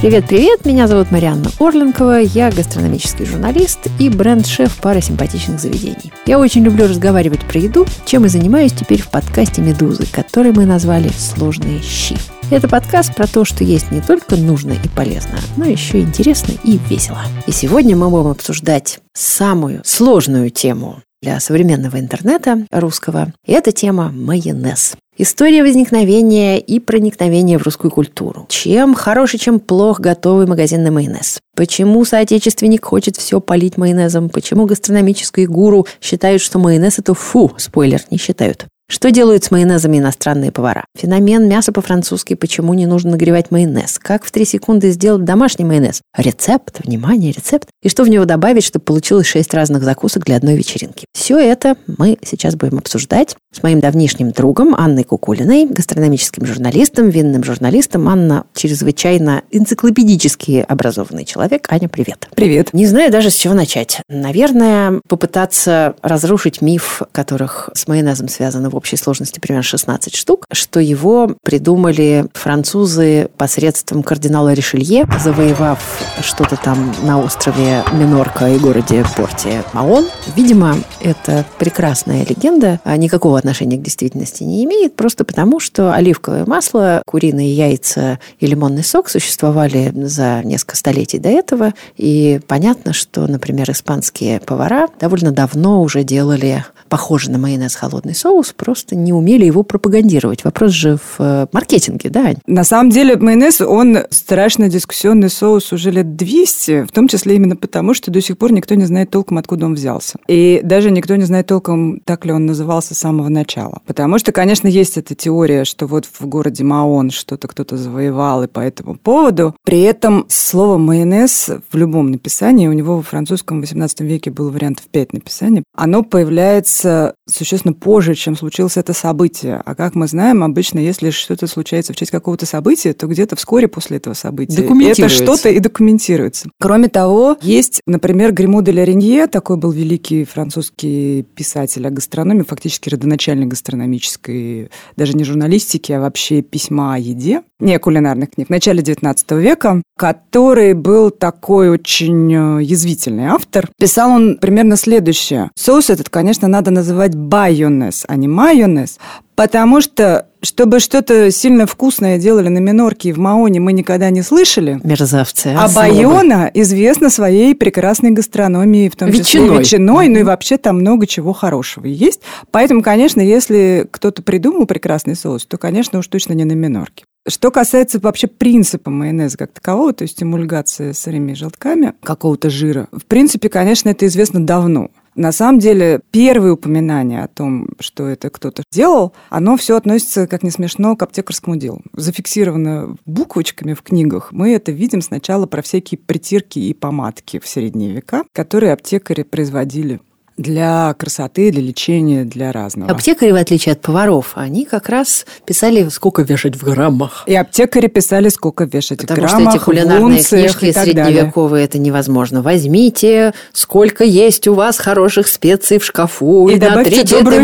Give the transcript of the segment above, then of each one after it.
Привет-привет, меня зовут Марианна Орленкова, я гастрономический журналист и бренд-шеф пары симпатичных заведений. Я очень люблю разговаривать про еду, чем и занимаюсь теперь в подкасте «Медузы», который мы назвали «Сложные щи». Это подкаст про то, что есть не только нужно и полезно, но еще и интересно и весело. И сегодня мы будем обсуждать самую сложную тему для современного интернета русского. И это тема майонез. История возникновения и проникновения в русскую культуру. Чем хороший, чем плох готовый магазинный майонез? Почему соотечественник хочет все полить майонезом? Почему гастрономические гуру считают, что майонез – это фу? Спойлер, не считают. Что делают с майонезами иностранные повара? Феномен мяса по-французски «Почему не нужно нагревать майонез?» Как в 3 секунды сделать домашний майонез? Рецепт, внимание, рецепт. И что в него добавить, чтобы получилось 6 разных закусок для одной вечеринки? Все это мы сейчас будем обсуждать с моим давнишним другом Анной Кукулиной, гастрономическим журналистом, винным журналистом. Анна чрезвычайно энциклопедически образованный человек. Аня, привет. Привет. Не знаю даже, с чего начать. Наверное, попытаться разрушить миф, которых с майонезом связано в общей сложности примерно 16 штук, что его придумали французы посредством кардинала Ришелье, завоевав что-то там на острове Минорка и городе Порте Маон. Видимо, это прекрасная легенда, никакого отношения к действительности не имеет, просто потому, что оливковое масло, куриные яйца и лимонный сок существовали за несколько столетий до этого, и понятно, что, например, испанские повара довольно давно уже делали похожий на майонез холодный соус, просто не умели его пропагандировать. Вопрос же в маркетинге, да, Ань? На самом деле майонез, он страшно дискуссионный соус уже лет 200, в том числе именно потому, что до сих пор никто не знает толком, откуда он взялся. И даже никто не знает толком, так ли он назывался с самого начала. Потому что, конечно, есть эта теория, что вот в городе Маон что-то кто-то завоевал, и по этому поводу. При этом слово майонез в любом написании, у него во французском в XVIII веке было вариантов 5 написаний, оно появляется существенно позже, чем случилось это событие. А как мы знаем, обычно, если что-то случается в честь какого-то события, то где-то вскоре после этого события это что-то и документируется. Кроме того, есть, например, Гримо де ла Ренье, такой был великий французский писатель о гастрономии, фактически родоначальник гастрономической, даже не журналистики, а вообще письма о еде, не кулинарных книг, в начале XIX века, который был такой очень язвительный автор. Писал он примерно следующее. Соус этот, конечно, надо называть байонез, а не майонез, потому что, чтобы что-то сильно вкусное делали на Минорке и в Маоне, мы никогда не слышали. Мерзавцы. А Байона известна своей прекрасной гастрономией, в том числе ветчиной, ну и вообще там много чего хорошего есть. Поэтому, конечно, если кто-то придумал прекрасный соус, то, конечно, уж точно не на Минорке. Что касается вообще принципа майонеза как такового, то есть эмульгация сырыми желтками какого-то жира, в принципе, конечно, это известно давно. На самом деле, первые упоминания о том, что это кто-то делал, оно все относится, как ни смешно, к аптекарскому делу. Зафиксировано буквочками в книгах. Мы это видим сначала про всякие притирки и помадки в средние века, которые аптекари производили для красоты, для лечения, для разного. Аптекари, в отличие от поваров, они как раз писали, сколько вешать в граммах. И аптекари писали, сколько вешать в граммах, потому что эти кулинарные книжки далее. средневековые, это невозможно. Возьмите, сколько есть у вас хороших специй в шкафу, и натрите это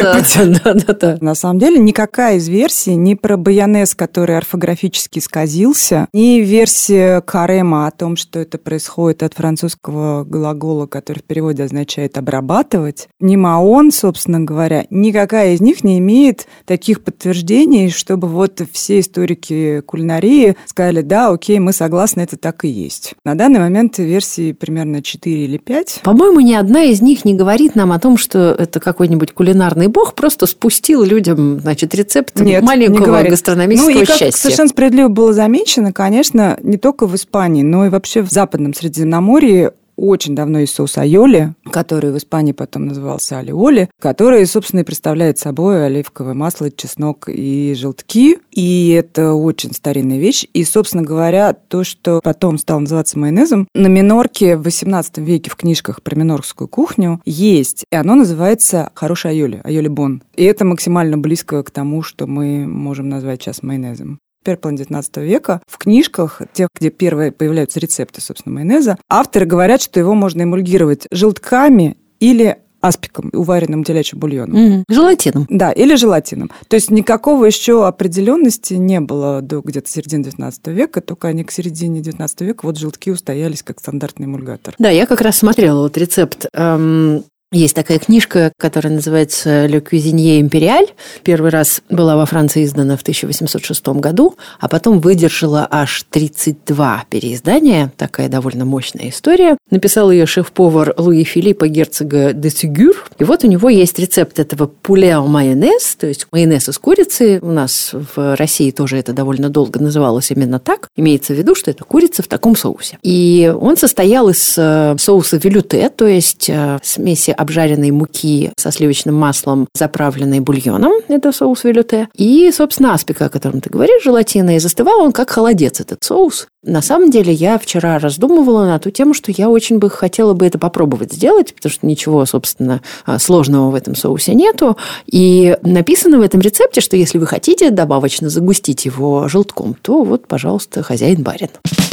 мясо. На самом деле, никакая из версий, ни про байонез, который орфографически исказился, ни версия Карема о том, что это происходит от французского глагола, который в переводе означает «обрабатывать», ни Маон, собственно говоря, никакая из них не имеет таких подтверждений, чтобы вот все историки кулинарии сказали, да, окей, мы согласны, это так и есть. На данный момент версии примерно 4 или 5. По-моему, ни одна из них не говорит нам о том, что это какой-нибудь кулинарный бог просто спустил людям, значит, рецепт маленького гастрономического счастья. Ну и как совершенно справедливо было замечено, конечно, не только в Испании, но и вообще в Западном Средиземноморье очень давно есть соус айоли, который в Испании потом назывался алиоли, который, собственно, и представляет собой оливковое масло, чеснок и желтки. И это очень старинная вещь. И, собственно говоря, то, что потом стало называться майонезом, на Минорке в XVIII веке в книжках про минорскую кухню есть. И оно называется хороший айоли, айоли бон. И это максимально близко к тому, что мы можем назвать сейчас майонезом. В первой половине XIX века в книжках, тех, где первые появляются рецепты, собственно, майонеза, авторы говорят, что его можно эмульгировать желтками или аспиком, уваренным телячьим бульоном. Желатином. Да, или желатином. То есть никакого еще определенности не было до где-то середины 19 века, только они к середине 19 века вот желтки устоялись как стандартный эмульгатор. Да, я как раз смотрела вот рецепт. Есть такая книжка, которая называется «Le Cuisinier Impérial». Первый раз была во Франции издана в 1806 году, а потом выдержала аж 32 переиздания. Такая довольно мощная история. Написал ее шеф-повар Луи Филиппа, герцога де Сигюр. И вот у него есть рецепт этого poulet en mayonnaise, то есть майонез из курицы. У нас в России тоже это довольно долго называлось именно так. Имеется в виду, что это курица в таком соусе. И он состоял из соуса велюте, то есть смеси обжаренной муки со сливочным маслом, заправленной бульоном, это соус велюте, и, собственно, аспика, о котором ты говоришь, желатина, и застывал он как холодец, этот соус. На самом деле, я вчера раздумывала на ту тему, что я очень бы хотела бы это попробовать сделать, потому что ничего, собственно, сложного в этом соусе нету. И написано в этом рецепте, что если вы хотите добавочно загустить его желтком, то вот, пожалуйста, хозяин-барин.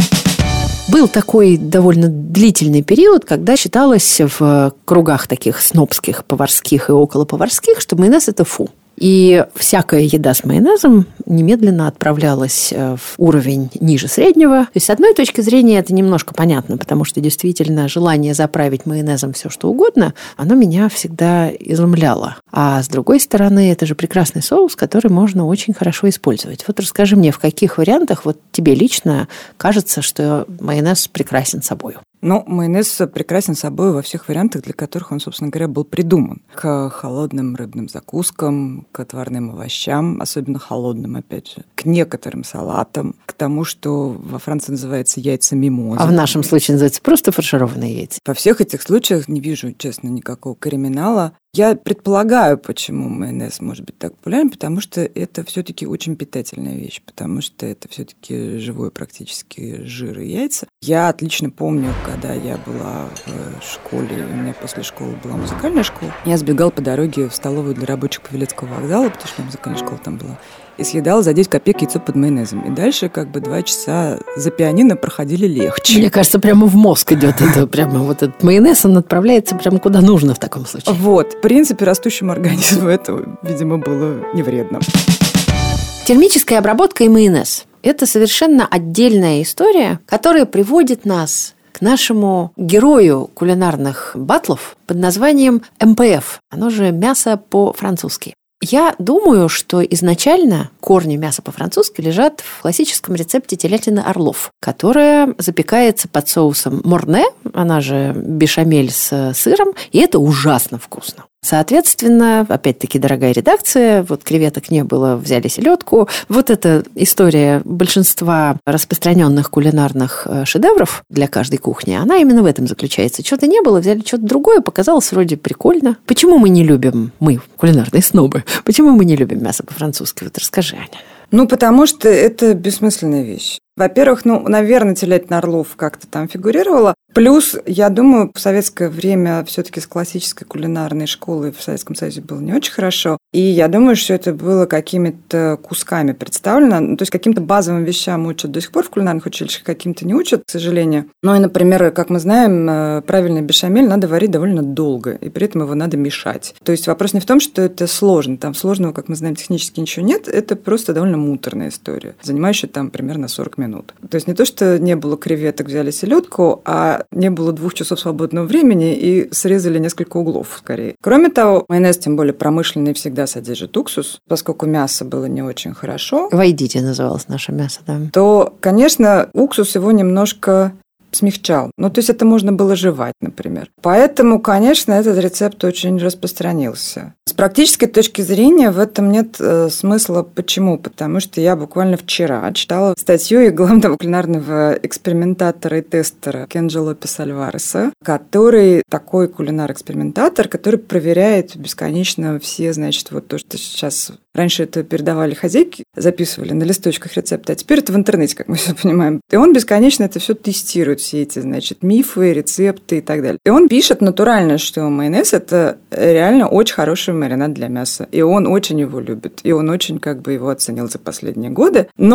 Был такой довольно длительный период, когда считалось в кругах таких снобских, поварских и околоповарских, что майонез – это фу. И всякая еда с майонезом немедленно отправлялась в уровень ниже среднего. То есть, с одной точки зрения, это немножко понятно, потому что действительно желание заправить майонезом все что угодно, оно меня всегда изумляло. А с другой стороны, это же прекрасный соус, который можно очень хорошо использовать. Вот расскажи мне, в каких вариантах вот тебе лично кажется, что майонез прекрасен собою? Ну, майонез прекрасен собой во всех вариантах, для которых он, собственно говоря, был придуман. К холодным рыбным закускам, к отварным овощам, особенно холодным, опять же, к некоторым салатам, к тому, что во Франции называется яйца мимоза. А в нашем случае называется просто фаршированные яйца. Во всех этих случаях не вижу, честно, никакого криминала. Я предполагаю, почему майонез может быть так популярен, потому что это все-таки очень питательная вещь, потому что это все-таки живой практически жир и яйца. Я отлично помню, когда я была в школе, у меня после школы была музыкальная школа, я сбегала по дороге в столовую для рабочих Павелецкого вокзала, потому что музыкальная школа там была, и съедала за 10 копеек яйцо под майонезом. И дальше 2 часа за пианино проходили легче. Мне кажется, прямо в мозг идет это, прямо вот этот майонез, он отправляется прямо куда нужно в таком случае. Вот. В принципе, растущему организму это, видимо, было не вредно. Термическая обработка и майонез – это совершенно отдельная история, которая приводит нас к нашему герою кулинарных баттлов под названием МПФ. Оно же мясо по-французски. Я думаю, что изначально корни мяса по-французски лежат в классическом рецепте телятины Орлов, которая запекается под соусом морне, она же бешамель с сыром, и это ужасно вкусно. Соответственно, опять-таки, дорогая редакция, вот креветок не было, взяли селедку. Вот эта история большинства распространенных кулинарных шедевров для каждой кухни, она именно в этом заключается. Чего-то не было, взяли что-то другое, показалось вроде прикольно. Почему мы не любим, мы, кулинарные снобы, почему мы не любим мясо по-французски? Вот расскажи, Аня. Ну, потому что это бессмысленная вещь. Во-первых, наверное, телятина Орлов как-то там фигурировала. Плюс, я думаю, в советское время все-таки с классической кулинарной школой в Советском Союзе было не очень хорошо. И я думаю, что это было какими-то кусками представлено. То есть каким-то базовым вещам учат до сих пор в кулинарных училищах, каким-то не учат, к сожалению. Ну и, например, как мы знаем, правильный бешамель надо варить довольно долго, и при этом его надо мешать. То есть вопрос не в том, что это сложно. Там сложного, как мы знаем, технически ничего нет. Это просто довольно муторная история, занимающая там примерно 40 минут. То есть не то, что не было креветок, взяли селедку, а не было 2 часов свободного времени и срезали несколько углов скорее. Кроме того, майонез, тем более промышленный, всегда содержит уксус, поскольку мясо было не очень хорошо. Войдите называлось наше мясо, да. То, конечно, уксус его немножко смягчал. То есть это можно было жевать, например. Поэтому, конечно, этот рецепт очень распространился. С практической точки зрения в этом нет смысла. Почему? Потому что я буквально вчера читала статью и главного кулинарного экспериментатора и тестера Кенджи Лопес Альвареса, который такой кулинар-экспериментатор, который проверяет бесконечно все, вот то, что сейчас... Раньше это передавали хозяйки, записывали на листочках рецепты, а теперь это в интернете, как мы все понимаем. И он бесконечно это все тестирует, все эти, мифы, рецепты и так далее. И он пишет натурально, что майонез – это реально очень хороший маринад для мяса. И он очень его любит. И он очень его оценил за последние годы. Но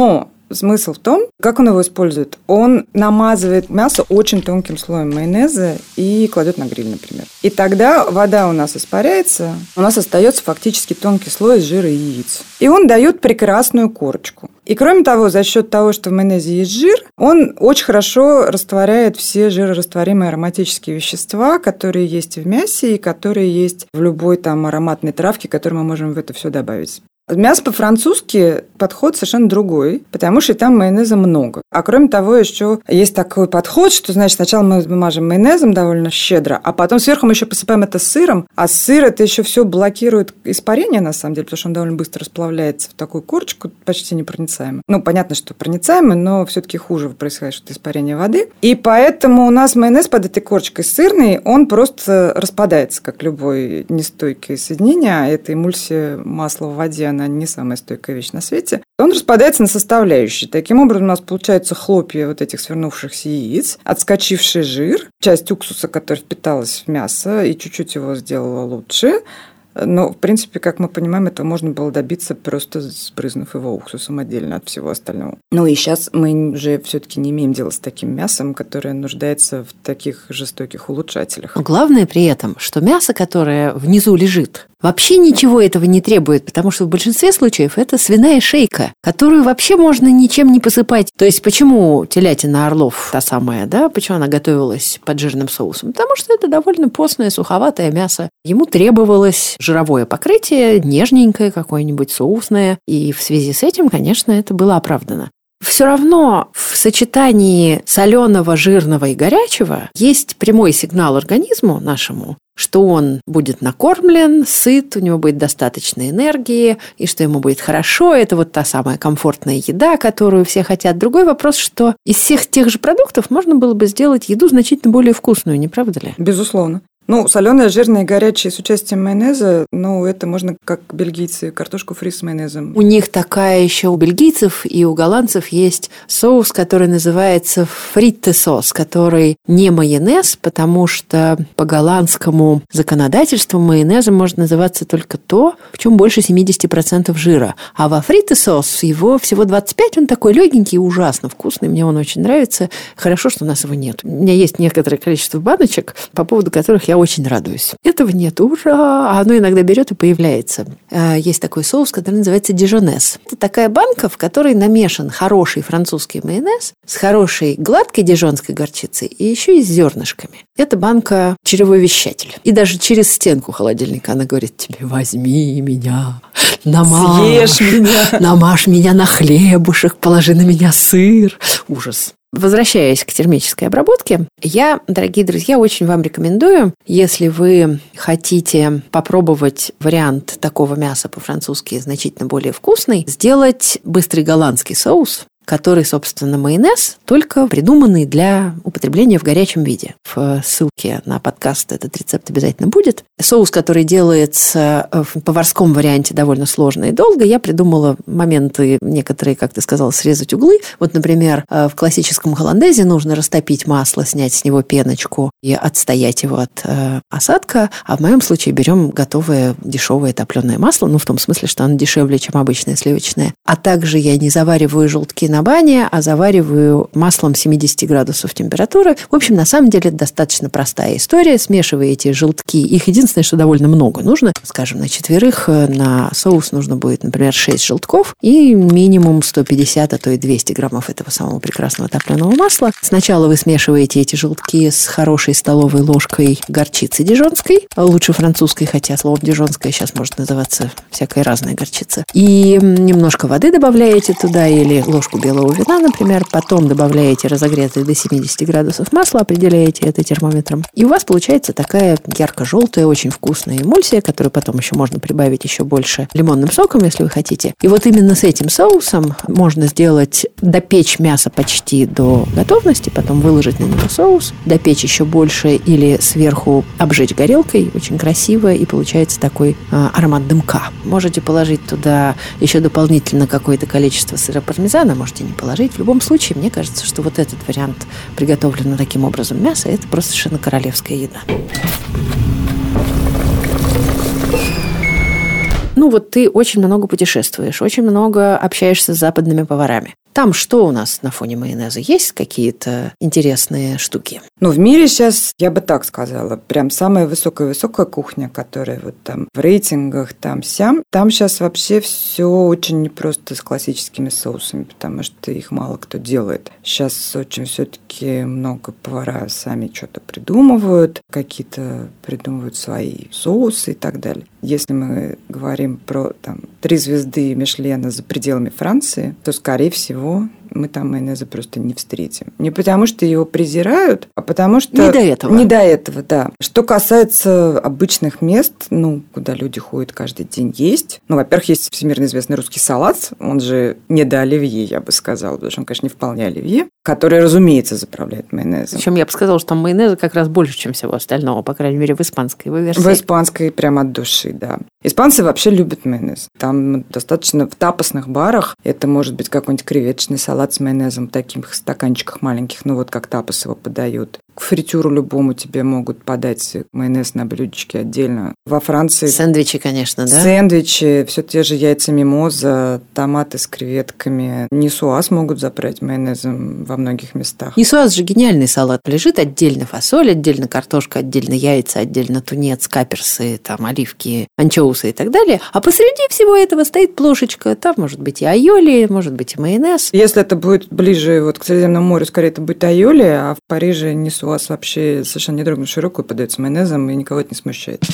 Смысл в том, как он его использует. Он намазывает мясо очень тонким слоем майонеза и кладет на гриль, например. И тогда вода у нас испаряется, у нас остается фактически тонкий слой из жира и яиц. И он дает прекрасную корочку. И кроме того, за счет того, что в майонезе есть жир, он очень хорошо растворяет все жирорастворимые ароматические вещества, которые есть в мясе и которые есть в любой там ароматной травке, которую мы можем в это все добавить. Мясо по-французски подход совершенно другой, потому что там майонеза много. А кроме того, еще есть такой подход, что, значит, сначала мы мажем майонезом довольно щедро, а потом сверху мы еще посыпаем это сыром, а сыр это еще все блокирует испарение, на самом деле, потому что он довольно быстро расплавляется в такую корочку, почти непроницаемый. Ну, понятно, что проницаемый, но все-таки хуже происходит что-то испарение воды. И поэтому у нас майонез под этой корочкой сырный, он просто распадается, как любое нестойкое соединение, а это эмульсия масла в воде, она не самая стойкая вещь на свете, он распадается на составляющие. Таким образом, у нас получаются хлопья вот этих свернувшихся яиц, отскочивший жир, часть уксуса, которая впиталась в мясо и чуть-чуть его сделала лучше. Но, в принципе, как мы понимаем, этого можно было добиться, просто сбрызнув его уксусом отдельно от всего остального. Ну и сейчас мы уже все-таки не имеем дела с таким мясом, которое нуждается в таких жестоких улучшателях. Но главное при этом, что мясо, которое внизу лежит, вообще ничего этого не требует, потому что в большинстве случаев это свиная шейка, которую вообще можно ничем не посыпать. То есть почему телятина Орлов та самая, да, почему она готовилась под жирным соусом? Потому что это довольно постное, суховатое мясо. Ему требовалось жировое покрытие, нежненькое какое-нибудь, соусное. И в связи с этим, конечно, это было оправдано. Все равно в сочетании соленого, жирного и горячего есть прямой сигнал организму нашему, что он будет накормлен, сыт, у него будет достаточно энергии, и что ему будет хорошо. Это вот та самая комфортная еда, которую все хотят. Другой вопрос, что из всех тех же продуктов можно было бы сделать еду значительно более вкусную, не правда ли? Безусловно. Ну, соленое, жирное и горячее с участием майонеза, ну, это можно, как бельгийцы, картошку фри с майонезом. У них такая еще у бельгийцев и у голландцев есть соус, который называется фритте-сос, который не майонез, потому что по голландскому законодательству майонезом может называться только то, в чем больше 70% жира. А во фритте-сос его всего 25, он такой легенький и ужасно вкусный, мне он очень нравится. Хорошо, что у нас его нет. У меня есть некоторое количество баночек, по поводу которых я очень радуюсь. Этого нет, ура! А оно иногда берет и появляется. Есть такой соус, который называется дижонес. Это такая банка, в которой намешан хороший французский майонез с хорошей гладкой дижонской горчицей и еще и с зернышками. Это банка чревовещатель. И даже через стенку холодильника она говорит тебе: возьми меня, съешь меня, намажь меня на хлебушек, положи на меня сыр. Ужас. Возвращаясь к термической обработке, я, дорогие друзья, очень вам рекомендую, если вы хотите попробовать вариант такого мяса по-французски значительно более вкусный, сделать быстрый голландский соус, который, собственно, майонез, только придуманный для употребления в горячем виде. В ссылке на подкаст этот рецепт обязательно будет. Соус, который делается в поварском варианте довольно сложно и долго, я придумала моменты некоторые, как ты сказала, срезать углы. Вот, например, в классическом голландезе нужно растопить масло, снять с него пеночку и отстоять его от осадка, а в моем случае берем готовое дешевое топленое масло, ну, в том смысле, что оно дешевле, чем обычное сливочное. А также я не завариваю желтки на бане, а завариваю маслом 70 градусов температуры. В общем, на самом деле, это достаточно простая история. Смешиваете желтки. Их единственное, что довольно много нужно. Скажем, на 4 на соус нужно будет, например, 6 желтков и минимум 150, а то и 200 граммов этого самого прекрасного топленого масла. Сначала вы смешиваете эти желтки с хорошей столовой ложкой горчицы дижонской, лучше французской, хотя слово дижонская сейчас может называться всякая разная горчица. И немножко воды добавляете туда или ложку белого вина, например, потом добавляете разогретое до 70 градусов масла, определяете это термометром, и у вас получается такая ярко-желтая, очень вкусная эмульсия, которую потом еще можно прибавить еще больше лимонным соком, если вы хотите. И вот именно с этим соусом можно сделать, допечь мясо почти до готовности, потом выложить на него соус, допечь еще больше или сверху обжечь горелкой, очень красиво, и получается такой аромат дымка. Можете положить туда еще дополнительно какое-то количество сыра пармезана, можете не положить. В любом случае, мне кажется, что вот этот вариант приготовленного таким образом мяса, это просто совершенно королевская еда. Ну вот ты очень много путешествуешь, очень много общаешься с западными поварами. Там что у нас на фоне майонеза? Есть какие-то интересные штуки? В мире сейчас, я бы так сказала, прям самая высокая кухня, которая вот там в рейтингах, там-сям. Там сейчас вообще все очень непросто с классическими соусами, потому что их мало кто делает. Сейчас очень все-таки много повара сами что-то придумывают, какие-то придумывают свои соусы и так далее. Если мы говорим про 3 звезды Мишлена за пределами Франции, то, скорее всего, мы там майонеза просто не встретим. Не потому, что его презирают, а потому что... Не до этого, да. Что касается обычных мест, куда люди ходят каждый день есть. Во-первых, есть всемирно известный русский салат, он же не до оливье, я бы сказала, потому что он, конечно, не вполне оливье, который, разумеется, заправляет майонезом. Причем я бы сказала, что там майонеза как раз больше, чем всего остального, по крайней мере, в испанской его версии. В испанской прямо от души, да. Испанцы вообще любят майонез. Там достаточно в тапосных барах это может быть какой-нибудь креветочный салат с майонезом в таких стаканчиках маленьких, как тапос его подают. К фритюру любому тебе могут подать майонез на блюдечке отдельно. Во Франции... Сэндвичи, конечно, да? Сэндвичи, все те же яйца мимоза, томаты с креветками. Нисуаз могут заправить майонезом во многих местах. Нисуаз же гениальный салат. Лежит отдельно фасоль, отдельно картошка, отдельно яйца, отдельно тунец, каперсы, оливки, анчоусы и так далее. А посреди всего этого стоит плошечка. Там может быть и айоли, может быть и майонез. Если это будет ближе к Средиземному морю, скорее это будет айоли, а в Париже нисуаз вообще совершенно не дрогнувшей рукой подается майонезом и никого это не смущает.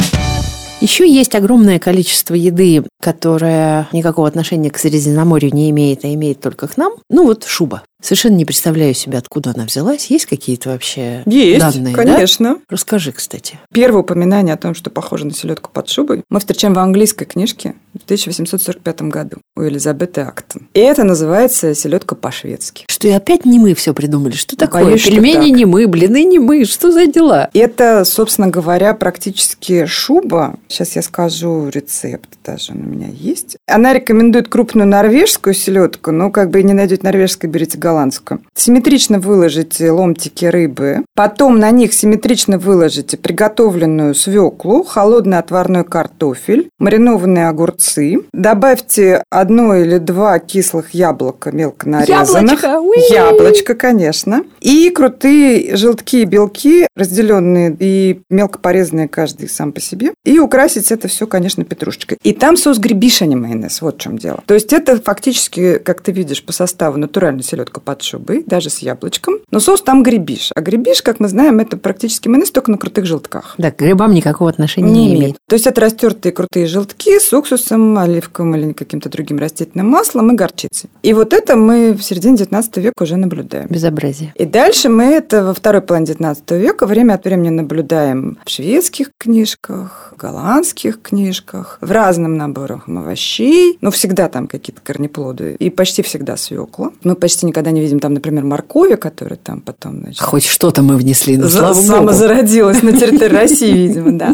Еще есть огромное количество еды, которая никакого отношения к Средиземноморью не имеет, а имеет только к нам. Шуба. Совершенно не представляю себе, откуда она взялась. Есть какие-то вообще данные? Есть, конечно. Да? Расскажи, кстати. Первое упоминание о том, что похоже на селедку под шубой, мы встречаем в английской книжке в 1845 году у Элизабеты Актон. И это называется селедка по-шведски. Что и опять не мы все придумали. Что такое? Боюсь, пельмени не мы, блины не мы. Что за дела? Это, собственно говоря, практически шуба. Сейчас я скажу рецепт, даже он у меня есть. Она рекомендует крупную норвежскую селедку, но не найдете норвежской, берите голландскую. Симметрично выложите ломтики рыбы, потом на них симметрично выложите приготовленную свеклу, холодный отварной картофель, маринованные огурцы, добавьте 1 или 2 кислых яблока мелко нарезанных. Яблочко, конечно. И крутые желтки и белки, разделенные и мелко порезанные каждый сам по себе. И украсить это все, конечно, петрушечкой. И там соус гребиш, а не майонез. Вот в чем дело. То есть это фактически, как ты видишь, по составу натуральная селедка под шубой, даже с яблочком. Но соус там гребиш. А гребиш, как мы знаем, это практически майонез, только на крутых желтках. Да, к грибам никакого отношения не имеет. То есть это растертые крутые желтки с уксусом, оливковым или каким-то другим растительным маслом и горчицей. И вот это мы в середине 19 века уже наблюдаем. Безобразие. И дальше мы это во второй половине 19 века время от времени наблюдаем в шведских книжках, в голландских книжках, в разных наборах овощей. Всегда там какие-то корнеплоды. И почти всегда свекла. Мы почти никогда не видим там, например, моркови, которая там потом... Хоть что-то мы внесли, но слава богу. Самозародилась на территории России, видимо, да.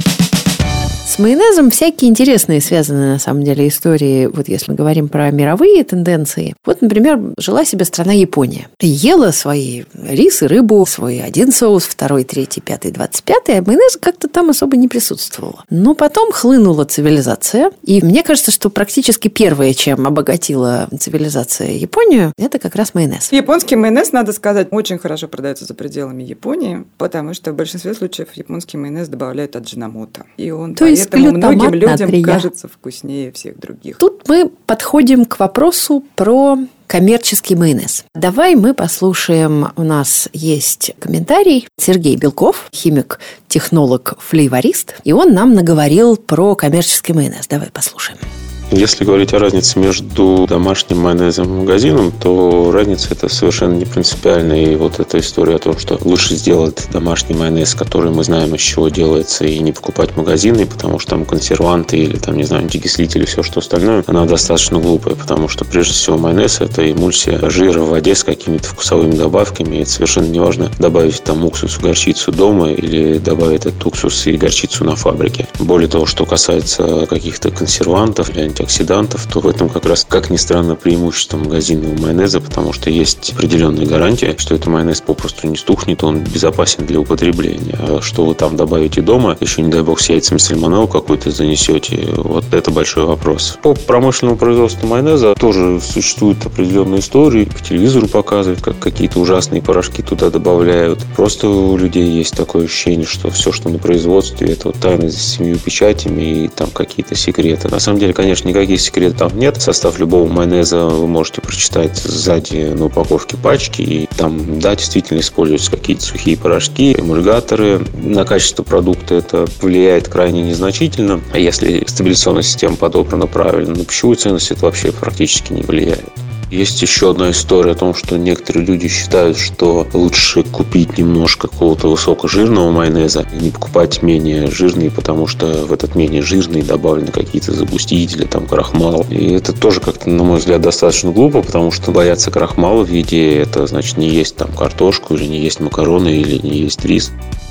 С майонезом всякие интересные связаны, на самом деле, истории, если мы говорим про мировые тенденции. Например, жила себе страна Япония. Ела свои рис и рыбу, свой один соус, 2, 3, 5, 25, а майонез как-то там особо не присутствовало. Но потом хлынула цивилизация, и мне кажется, что практически первое, чем обогатила цивилизация Японию, это как раз майонез. Японский майонез, надо сказать, очень хорошо продается за пределами Японии, потому что в большинстве случаев японский майонез добавляют аджиномото. И он поэтому многим людям кажется вкуснее всех других. Тут мы подходим к вопросу про коммерческий майонез. Давай мы послушаем, у нас есть комментарий. Сергей Белков, химик, технолог, флейворист, и он нам наговорил про коммерческий майонез. Давай послушаем. Если говорить о разнице между домашним майонезом и магазином, то разница это совершенно не принципиальная. И эта история о том, что лучше сделать домашний майонез, который мы знаем, из чего делается, и не покупать магазинный, потому что там консерванты или антикислители, все что остальное, она достаточно глупая, потому что прежде всего майонез это эмульсия жира в воде с какими-то вкусовыми добавками. И это совершенно не важно добавить уксус, горчицу дома или добавить этот уксус и горчицу на фабрике. Более того, что касается каких-то консервантов или антиоксидантов, то в этом как раз, как ни странно, преимущество магазинного майонеза, потому что есть определенная гарантия, что этот майонез попросту не стухнет, он безопасен для употребления. А что вы там добавите дома, еще не дай бог с яйцами сальмонеллу какой-то занесете, вот это большой вопрос. По промышленному производству майонеза тоже существуют определенные истории, по телевизору показывают, как какие-то ужасные порошки туда добавляют. Просто у людей есть такое ощущение, что все, что на производстве, это вот тайны с 7 печатями и там какие-то секреты. На самом деле, конечно, никаких секретов там нет. Состав любого майонеза вы можете прочитать сзади на упаковке пачки, и там, да, действительно используются какие-то сухие порошки, эмульгаторы. На качество продукта это влияет крайне незначительно. А если стабилизационная система подобрана правильно, на пищевую ценность это вообще практически не влияет. Есть еще одна история о том, что некоторые люди считают, что лучше купить немножко какого-то высокожирного майонеза и не покупать менее жирный, потому что в этот менее жирный добавлены какие-то загустители, там крахмал. И это тоже как-то, на мой взгляд, достаточно глупо, потому что бояться крахмала в еде, это значит не есть там картошку или не есть макароны или не есть рис.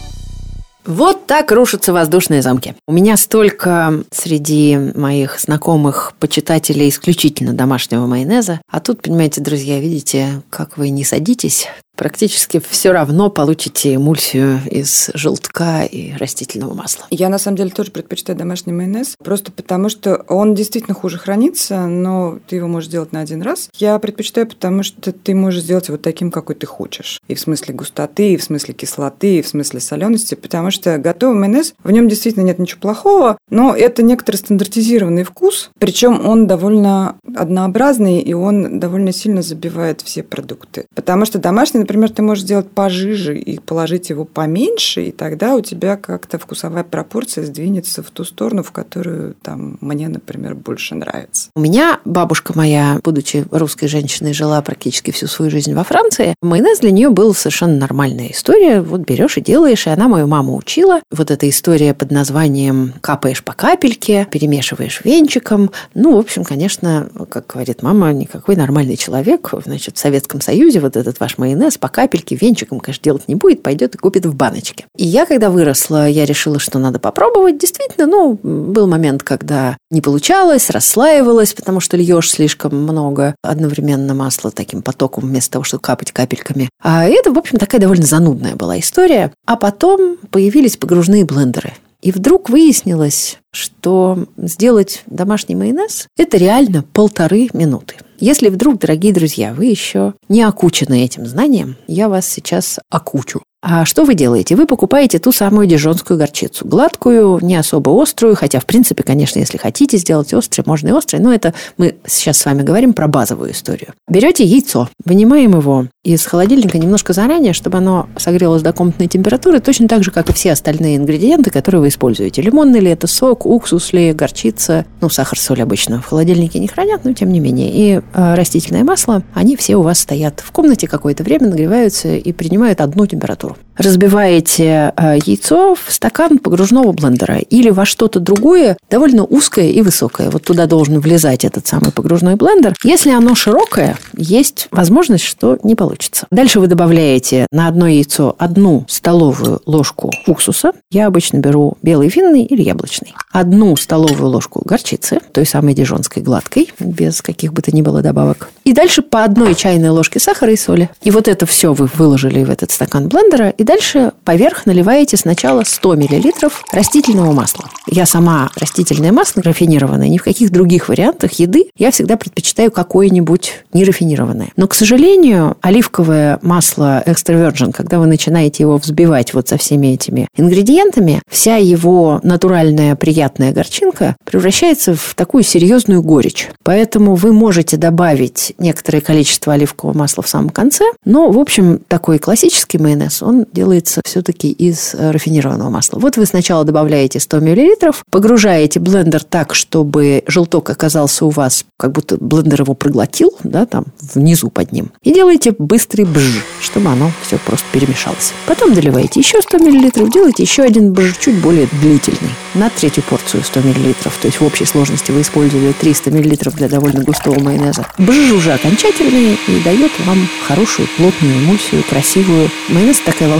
Вот так рушатся воздушные замки. У меня столько среди моих знакомых почитателей исключительно домашнего майонеза. А тут, понимаете, друзья, видите, как вы не садитесь, практически все равно получите эмульсию из желтка и растительного масла. Я, на самом деле, тоже предпочитаю домашний майонез, просто потому что он действительно хуже хранится, но ты его можешь сделать на один раз. Я предпочитаю, потому что ты можешь сделать его таким, какой ты хочешь. И в смысле густоты, и в смысле кислоты, и в смысле солености, потому что готовый майонез, в нем действительно нет ничего плохого, но это некоторый стандартизированный вкус, причем он довольно однообразный, и он довольно сильно забивает все продукты. Потому что домашний, например, ты можешь сделать пожиже и положить его поменьше, и тогда у тебя как-то вкусовая пропорция сдвинется в ту сторону, в которую там, мне, например, больше нравится. У меня бабушка моя, будучи русской женщиной, жила практически всю свою жизнь во Франции. Майонез для нее был совершенно нормальная история. Вот берешь и делаешь, и она мою маму учила. Вот эта история под названием «капаешь по капельке», «перемешиваешь венчиком». Ну, в общем, конечно, как говорит мама, никакой нормальный человек, значит, в Советском Союзе вот этот ваш майонез по капельке, венчиком, конечно, делать не будет, пойдет и купит в баночке. И я, когда выросла, я решила, что надо попробовать. Действительно, был момент, когда не получалось, расслаивалось, потому что льешь слишком много одновременно масла таким потоком вместо того, чтобы капать капельками. А это, в общем, такая довольно занудная была история. А потом появились погружные блендеры. И вдруг выяснилось, что сделать домашний майонез – это реально 1,5 минуты. Если вдруг, дорогие друзья, вы еще не окучены этим знанием, я вас сейчас окучу. А что вы делаете? Вы покупаете ту самую дижонскую горчицу. Гладкую, не особо острую, хотя, в принципе, конечно, если хотите сделать острый, можно и острый, но это мы сейчас с вами говорим про базовую историю. Берете яйцо, вынимаем его из холодильника немножко заранее, чтобы оно согрелось до комнатной температуры, точно так же, как и все остальные ингредиенты, которые вы используете. Лимонный ли это сок, уксус ли, горчица, сахар, соль обычно в холодильнике не хранят, но тем не менее. И растительное масло, они все у вас стоят в комнате какое-то время, нагреваются и принимают одну температуру. Разбиваете яйцо в стакан погружного блендера или во что-то другое, довольно узкое и высокое. Вот туда должен влезать этот самый погружной блендер. Если оно широкое, есть возможность, что не получится. Дальше вы добавляете на одно яйцо 1 столовую ложку уксуса. Я обычно беру белый винный или яблочный. 1 столовую ложку горчицы, той самой дижонской гладкой, без каких бы то ни было добавок. И дальше по 1 чайной ложке сахара и соли. И вот это все вы выложили в этот стакан блендера. И дальше поверх наливаете сначала 100 мл растительного масла. Я сама растительное масло рафинированное, ни в каких других вариантах еды я всегда предпочитаю какое-нибудь нерафинированное. Но, к сожалению, оливковое масло extra virgin, когда вы начинаете его взбивать вот со всеми этими ингредиентами, вся его натуральная приятная горчинка превращается в такую серьезную горечь. Поэтому вы можете добавить некоторое количество оливкового масла в самом конце, но, в общем, такой классический майонез, он делается все-таки из рафинированного масла. Вот вы сначала добавляете 100 мл, погружаете блендер так, чтобы желток оказался у вас, как будто блендер его проглотил, да, там внизу под ним, и делаете быстрый бжж, чтобы оно все просто перемешалось. Потом доливаете еще 100 мл, делаете еще один бжж, чуть более длительный, на 3-ю порцию 100 мл. То есть в общей сложности вы использовали 300 мл для довольно густого майонеза. Бжж уже окончательный и дает вам хорошую, плотную эмульсию, красивую. Майонез такая волшебная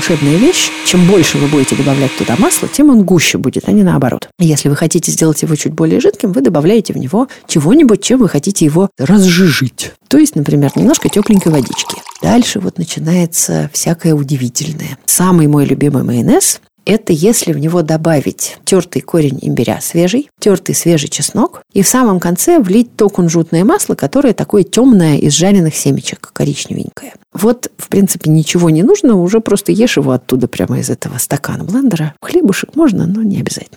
волшебная вещь. Чем больше вы будете добавлять туда масла, тем он гуще будет, а не наоборот. Если вы хотите сделать его чуть более жидким, вы добавляете в него чего-нибудь, чем вы хотите его разжижить. То есть, например, немножко тепленькой водички. Дальше вот начинается всякое удивительное. Самый мой любимый майонез – это если в него добавить тертый корень имбиря свежий, тертый свежий чеснок и в самом конце влить то кунжутное масло, которое такое темное из жареных семечек, коричневенькое. Вот, в принципе, ничего не нужно, уже просто ешь его оттуда прямо из этого стакана блендера. Хлебушек можно, но не обязательно.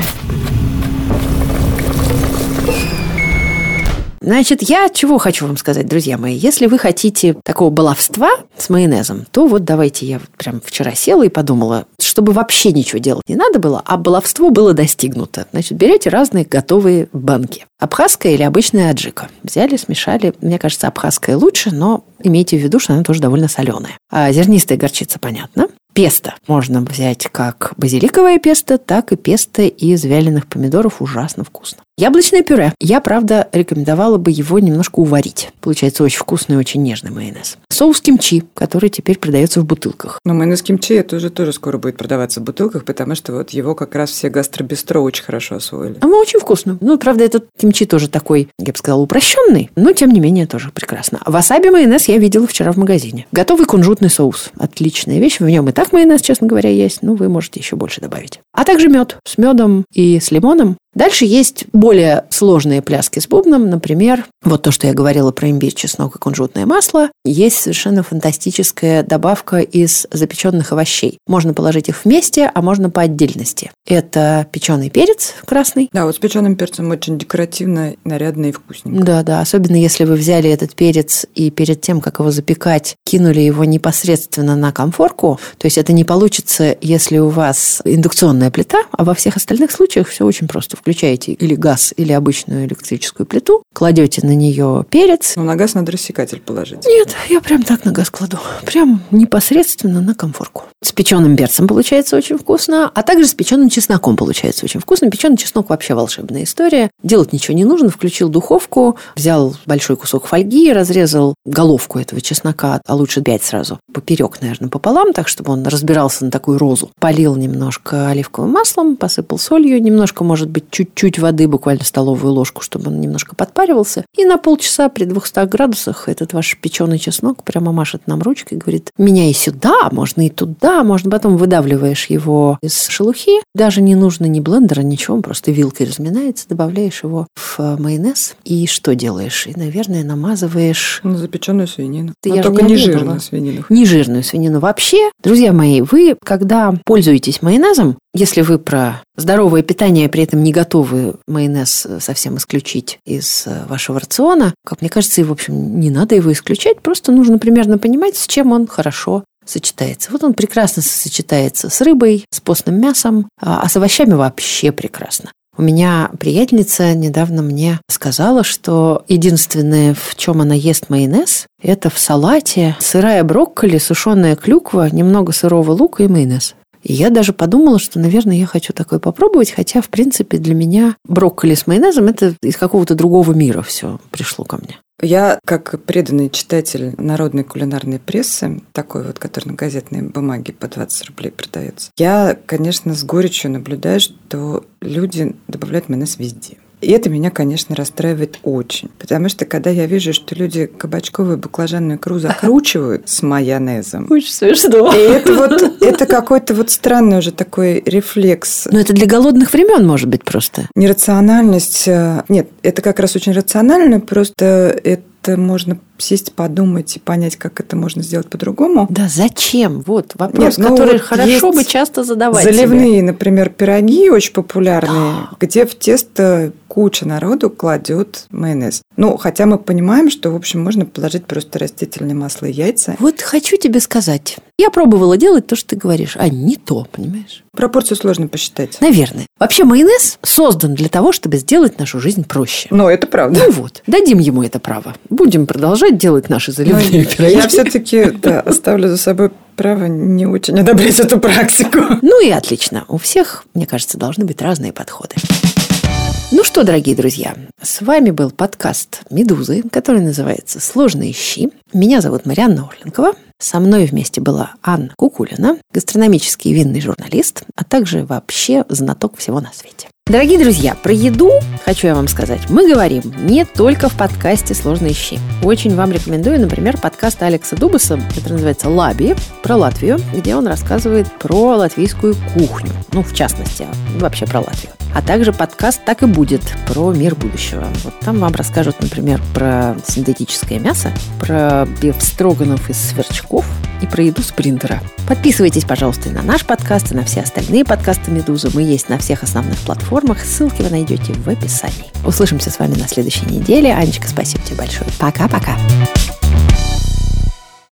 Значит, я чего хочу вам сказать, друзья мои. Если вы хотите такого баловства с майонезом, то вот давайте я прям вчера села и подумала, чтобы вообще ничего делать не надо было, а баловство было достигнуто. Значит, берете разные готовые банки. Абхазская или обычная аджика. Взяли, смешали. Мне кажется, абхазская лучше, но имейте в виду, что она тоже довольно соленая. А зернистая горчица, понятно. Песто можно взять как базиликовое песто, так и песто из вяленых помидоров. Ужасно вкусно. Яблочное пюре. Я, правда, рекомендовала бы его немножко уварить. Получается очень вкусный и очень нежный майонез. Соус кимчи, который теперь продается в бутылках. Но майонез кимчи это уже тоже скоро будет продаваться в бутылках, потому что вот его как раз все гастробистро очень хорошо освоили. Он очень вкусный. Ну, правда, этот кимчи тоже такой, я бы сказала, упрощенный, но, тем не менее, тоже прекрасно. Васаби майонез я видела вчера в магазине. Готовый кунжутный соус. Отличная вещь. В нем и так майонез, честно говоря, есть. Ну, вы можете еще больше добавить. А также мед. С медом и с лимоном. Дальше есть более сложные пляски с бубном. Например, вот то, что я говорила про имбирь, чеснок и кунжутное масло. Есть совершенно фантастическая добавка из запеченных овощей. Можно положить их вместе, а можно по отдельности. Это печеный перец красный. Да, вот с печеным перцем очень декоративно, нарядно и вкусненько. Да, особенно если вы взяли этот перец и перед тем, как его запекать, кинули его непосредственно на конфорку. То есть это не получится, если у вас индукционная плита, а во всех остальных случаях все очень просто. Включаете или газ, или обычную электрическую плиту, кладете на нее перец. Но на газ надо рассекатель положить. Нет, я прям так на газ кладу. Прям непосредственно на конфорку. С печеным перцем получается очень вкусно, а также с печеным чесноком получается очень вкусно. Печеный чеснок вообще волшебная история. Делать ничего не нужно. Включил духовку, взял большой кусок фольги, разрезал головку этого чеснока, а лучше 5 сразу, поперек, наверное, пополам, так, чтобы он разбирался на такую розу. Полил немножко оливковым маслом, посыпал солью, немножко, может быть, чуть-чуть воды, буквально столовую ложку, чтобы он немножко подпаривался. И на полчаса при 200 градусах этот ваш печеный чеснок прямо машет нам ручкой и говорит: меня и сюда, можно и туда, можно. Потом выдавливаешь его из шелухи. Даже не нужно ни блендера, ничего, он просто вилкой разминается, добавляешь его в майонез. И что делаешь? И, наверное, намазываешь... Ну, запеченную свинину. Но только не жирную свинину. Не жирную свинину. Вообще, друзья мои, вы, когда пользуетесь майонезом, если вы про здоровое питание, при этом не готовы майонез совсем исключить из вашего рациона, как мне кажется, и, в общем, не надо его исключать, просто нужно примерно понимать, с чем он хорошо сочетается. Вот он прекрасно сочетается с рыбой, с постным мясом, а с овощами вообще прекрасно. У меня приятельница недавно мне сказала, что единственное, в чем она ест майонез, это в салате сырая брокколи, сушеная клюква, немного сырого лука и майонез. И я даже подумала, что, наверное, я хочу такое попробовать, хотя, в принципе, для меня брокколи с майонезом – это из какого-то другого мира все пришло ко мне. Я, как преданный читатель народной кулинарной прессы, такой вот, который на газетной бумаге по 20 рублей продается, я, конечно, с горечью наблюдаю, что люди добавляют майонез везде. И это меня, конечно, расстраивает очень. Потому что, когда я вижу, что люди кабачковую баклажанную икру закручивают с майонезом... Очень смешно. И это какой-то вот странный уже такой рефлекс. Но это для голодных времен, может быть, просто. Нерациональность... Нет, это как раз очень рационально, просто это можно сесть, подумать и понять, как это можно сделать по-другому. Да зачем? Вот вопрос, который вот хорошо бы часто задавать заливные, себе. Например, пироги очень популярные, да, где в тесто куча народу кладет майонез. Ну, хотя мы понимаем, что, в общем, можно положить просто растительное масло и яйца. Вот хочу тебе сказать. Я пробовала делать то, что ты говоришь, а не то, понимаешь? Пропорцию сложно посчитать. Наверное. Вообще майонез создан для того, чтобы сделать нашу жизнь проще. Ну, это правда. Ну вот, дадим ему это право. Будем продолжать делать наши заливные пироги. Я все-таки оставлю за собой право не очень одобрять эту практику. Ну и отлично. У всех, мне кажется, должны быть разные подходы. Ну что, дорогие друзья, с вами был подкаст «Медузы», который называется «Сложные щи». Меня зовут Марианна Орленкова. Со мной вместе была Анна Кукулина, гастрономический и винный журналист, а также вообще знаток всего на свете. Дорогие друзья, про еду, хочу я вам сказать, мы говорим не только в подкасте «Сложные щи». Очень вам рекомендую, например, подкаст Алекса Дубаса, который называется «Лаби», про Латвию, где он рассказывает про латвийскую кухню. Ну, в частности, вообще про Латвию. А также подкаст «Так и будет» про мир будущего. Вот там вам расскажут, например, про синтетическое мясо, про бефстроганов из сверчков и про еду с принтера. Подписывайтесь, пожалуйста, и на наш подкаст, и на все остальные подкасты «Медузы». Мы есть на всех основных платформах. Ссылки вы найдете в описании. Услышимся с вами на следующей неделе. Анечка, спасибо тебе большое. Пока-пока.